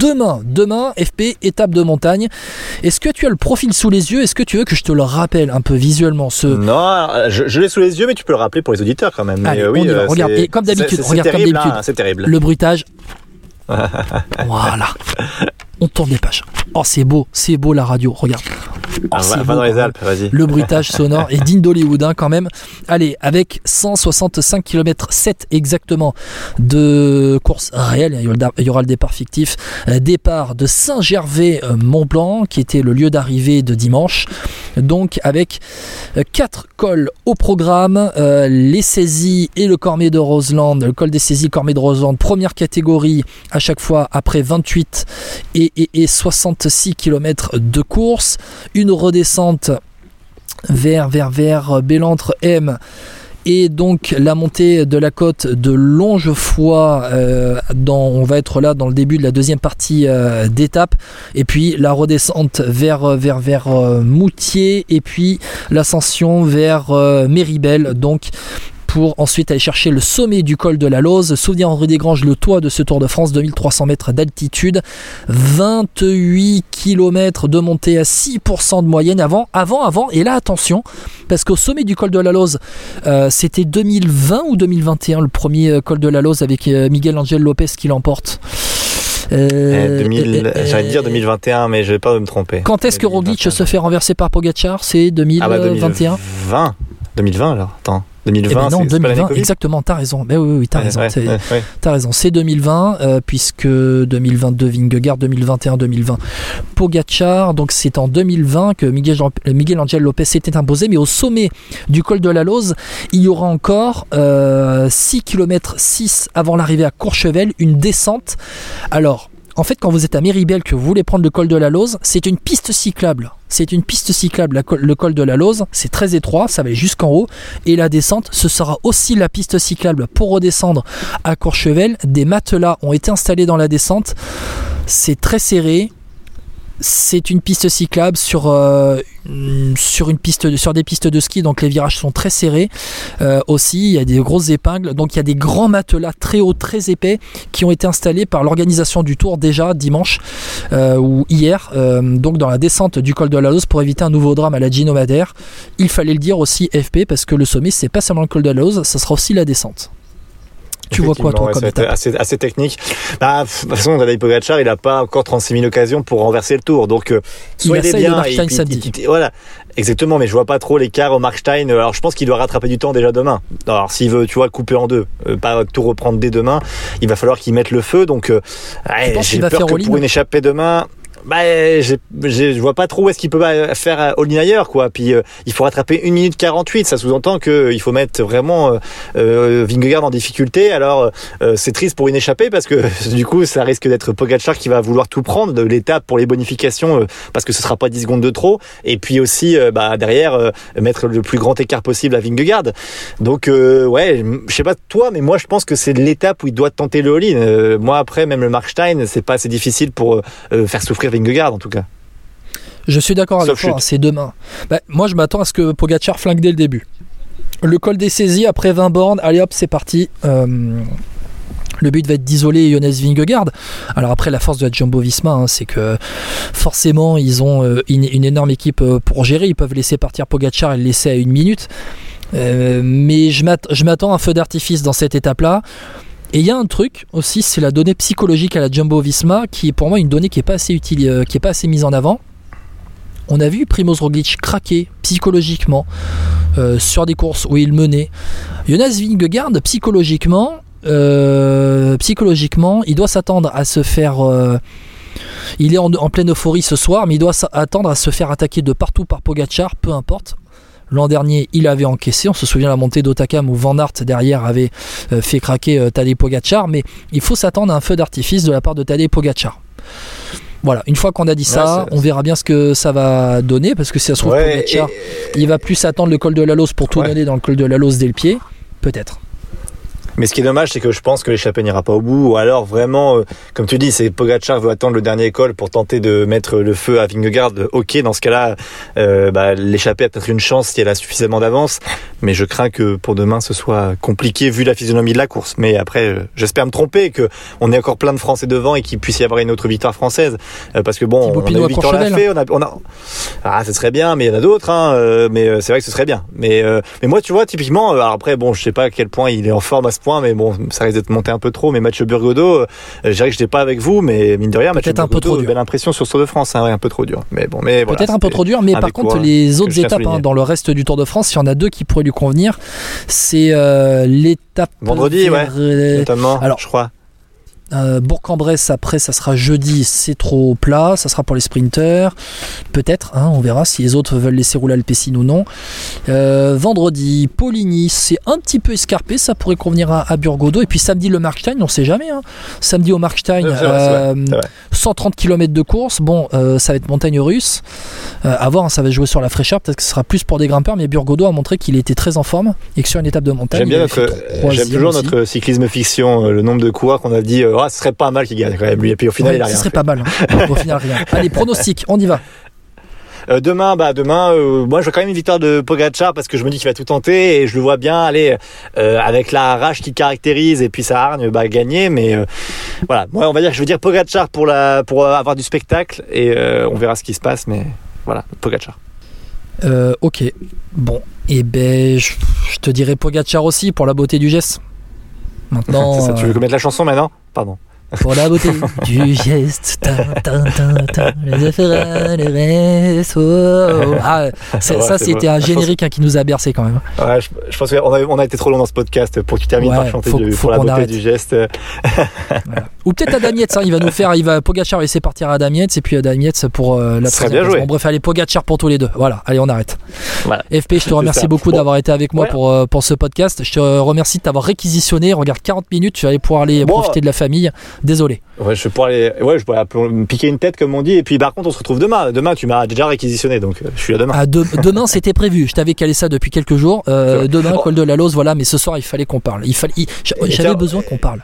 demain, FP, étape de montagne. Est-ce que tu as le profil sous les yeux? Est-ce que tu veux que je te le rappelle un peu visuellement Non, je l'ai sous les yeux, mais tu peux le rappeler pour les auditeurs quand même. Allez, oui, regarde, et comme d'habitude, c'est terrible. Le bruitage. Voilà. On tourne les pages. Oh, c'est beau la radio, regarde. Oh, va dans les Alpes, vas-y. Le bruitage sonore est digne d'Hollywood quand même. Allez, avec 165 km 7 exactement de course réelle, il y aura le départ fictif. Départ de Saint-Gervais-Mont-Blanc, qui était le lieu d'arrivée de dimanche. Donc avec 4 cols au programme, les saisies et le Cormier de Roseland, le col des saisies, Cormier de Roseland, première catégorie à chaque fois après 28 et 66 km de course. Une redescente vers Bélantre M et donc la montée de la côte de Longefoy, on va être là dans le début de la deuxième partie d'étape, et puis la redescente vers Moutier, et puis l'ascension vers Méribel, donc pour ensuite aller chercher le sommet du col de la Lose. Souvenir Henri Desgranges, le toit de ce Tour de France, 2300 mètres d'altitude, 28 km de montée à 6% de moyenne avant, et là attention, parce qu'au sommet du col de la Lose, c'était 2020 ou 2021 le premier col de la Lose avec Miguel Angel Lopez qui l'emporte. J'allais dire 2021, mais je vais pas me tromper. Quand est-ce que Roglic se fait renverser par Pogačar? C'est 2021. 2020 alors, attends. 2020, non, c'est 2020, exactement, t'as raison. Mais oui, t'as raison. T'as raison. C'est 2020, puisque 2022 Vingegaard, 2021, 2020 Pogačar. Donc c'est en 2020 que Miguel Angel Lopez s'était imposé. Mais au sommet du col de la Lose, il y aura encore 6 km 6 avant l'arrivée à Courchevel, une descente. Alors, en fait, quand vous êtes à Méribel, que vous voulez prendre le col de la Lose, c'est une piste cyclable. Le col de la Lose, c'est très étroit, ça va aller jusqu'en haut. Et la descente, ce sera aussi la piste cyclable pour redescendre à Courchevel. Des matelas ont été installés dans la descente. C'est très serré. C'est une piste cyclable sur des pistes de ski, donc les virages sont très serrés. Aussi, il y a des grosses épingles, donc il y a des grands matelas très hauts, très épais, qui ont été installés par l'organisation du Tour déjà dimanche ou hier, donc dans la descente du col de la Lose, pour éviter un nouveau drame à la Gino Madère. Il fallait le dire aussi, FP, parce que le sommet, c'est pas seulement le col de la Lose, ça sera aussi la descente. Tu vois quoi, toi, comme étape? Assez technique. De toute façon, Tadej Pogačar, il n'a pas encore 36 000 occasions pour renverser le Tour. Donc, soit il est bien. Voilà, exactement. Mais je vois pas trop l'écart au Markstein. Alors, je pense qu'il doit rattraper du temps déjà demain. Alors, s'il veut, tu vois, couper en deux, pas tout reprendre dès demain, il va falloir qu'il mette le feu. Donc, j'ai peur que pour une échappée demain. Je vois pas trop où est-ce qu'il peut faire all-in ailleurs, quoi. Puis il faut rattraper 1 minute 48, ça sous-entend qu'il faut mettre vraiment Vingegaard en difficulté. Alors c'est triste pour une échappée, parce que du coup ça risque d'être Pogačar qui va vouloir tout prendre de l'étape pour les bonifications, parce que ce sera pas 10 secondes de trop, et puis aussi derrière mettre le plus grand écart possible à Vingegaard. Donc je sais pas toi, mais moi je pense que c'est l'étape où il doit tenter le all-in. Moi après, même le Markstein, c'est pas assez difficile pour faire souffrir Vingegaard en tout cas. Je suis d'accord avec toi, c'est demain. Moi je m'attends à ce que Pogačar flingue dès le début. Le col des saisies après 20 bornes, allez hop, c'est parti. Le but va être d'isoler Jonas Vingegaard. Alors après, la force de la Jumbo-Visma, c'est que forcément ils ont une énorme équipe pour gérer. Ils peuvent laisser partir Pogačar et le laisser à 1 minute. Mais je m'attends à un feu d'artifice dans cette étape-là. Et il y a un truc aussi, c'est la donnée psychologique à la Jumbo-Visma, qui est pour moi une donnée qui n'est pas assez utile, qui n'est pas assez mise en avant. On a vu Primož Roglic craquer psychologiquement sur des courses où il menait. Jonas Vingegaard, psychologiquement, il doit s'attendre à se faire... il est en pleine euphorie ce soir, mais il doit s'attendre à se faire attaquer de partout par Pogačar, peu importe. L'an dernier, il avait encaissé. On se souvient de la montée d'Otakam où Van Aert derrière avait fait craquer Tadej Pogačar. Mais il faut s'attendre à un feu d'artifice de la part de Tadej Pogačar. Voilà, une fois qu'on a dit ça, on verra bien ce que ça va donner. Parce que si ça se trouve, Pogačar, il va plus attendre le col de la Lose pour tout donner dans le col de la Lose dès le pied. Peut-être. Mais ce qui est dommage, c'est que je pense que l'échappée n'ira pas au bout, ou alors vraiment, comme tu dis, c'est Pogačar veut attendre le dernier col pour tenter de mettre le feu à Vingegaard. Ok, dans ce cas-là, l'échappée a peut-être une chance si elle a suffisamment d'avance, mais je crains que pour demain ce soit compliqué vu la physionomie de la course. Mais après, j'espère me tromper, que on ait encore plein de Français devant et qu'il puisse y avoir une autre victoire française, parce que bon, on a eu Victor Lafay, ce serait bien, mais il y en a d'autres, mais c'est vrai que ce serait bien. Mais moi, tu vois, typiquement, alors après, bon, je sais pas à quel point il est en forme à ce point, mais bon, ça risque d'être monté un peu trop. Mais Mathieu Burgodeau, je dirais que j'étais pas avec vous, mais mine de rien, Mathieu Burgodeau, belle impression sur ce Tour de France, un peu trop dur. Mais bon, mais voilà, peut-être un peu trop dur, mais par contre, les autres étapes dans le reste du Tour de France, il y en a deux qui pourraient lui convenir. C'est l'étape vendredi, notamment. Alors, je crois. Bourg-en-Bresse, après ça sera jeudi, c'est trop plat, ça sera pour les sprinters peut-être, on verra si les autres veulent laisser rouler Alpecin ou non. Vendredi, Poligny, c'est un petit peu escarpé, ça pourrait convenir à Burgodeau. Et puis samedi, le Markstein, on sait jamais, samedi au Markstein, 130 km de course, bon, ça va être montagne russe, à voir, ça va jouer sur la fraîcheur, peut-être que ce sera plus pour des grimpeurs, mais Burgodeau a montré qu'il était très en forme et que sur une étape de montagne, j'aime toujours notre cyclisme fiction, le nombre de coureurs qu'on a dit ce serait pas mal qu'il gagne quand même lui, et puis au final il a rien. Ce serait pas mal, au final rien. Allez, pronostic, on y va. Demain, moi je vois quand même une victoire de Pogačar parce que je me dis qu'il va tout tenter et je le vois bien aller avec la rage qui caractérise et puis sa hargne gagner. Mais voilà, moi je veux dire Pogačar pour avoir du spectacle et on verra ce qui se passe. Mais voilà, Pogačar. Ok, bon, et je te dirais Pogačar aussi pour la beauté du geste. Maintenant, c'est ça, tu veux mettre la chanson maintenant ? Pardon. Pour la beauté du geste, les affaires, les restos. Ça c'était un générique qui nous a bercé quand même. Ouais, je pense qu'on a été trop long dans ce podcast pour que tu termines par chanter pour la beauté du geste. Voilà. Ou peut-être Adam Yates, Pogačar va laisser partir Adam Yates et puis Adam Yates pour la troisième place. Bon, bref, allez, Pogačar pour tous les deux. Voilà, allez, on arrête. Voilà. FP, je te remercie beaucoup d'avoir été avec moi pour ce podcast. Je te remercie de t'avoir réquisitionné. Regarde, 40 minutes, tu vas pouvoir aller profiter de la famille. Désolé. Ouais, je pourrais me piquer une tête comme on dit. Et puis par contre, on se retrouve demain. Demain, tu m'as déjà réquisitionné, donc je suis là demain. Demain, c'était prévu. Je t'avais calé ça depuis quelques jours. Demain, Col de la Lose, voilà. Mais ce soir, il fallait qu'on parle. J'avais besoin qu'on parle.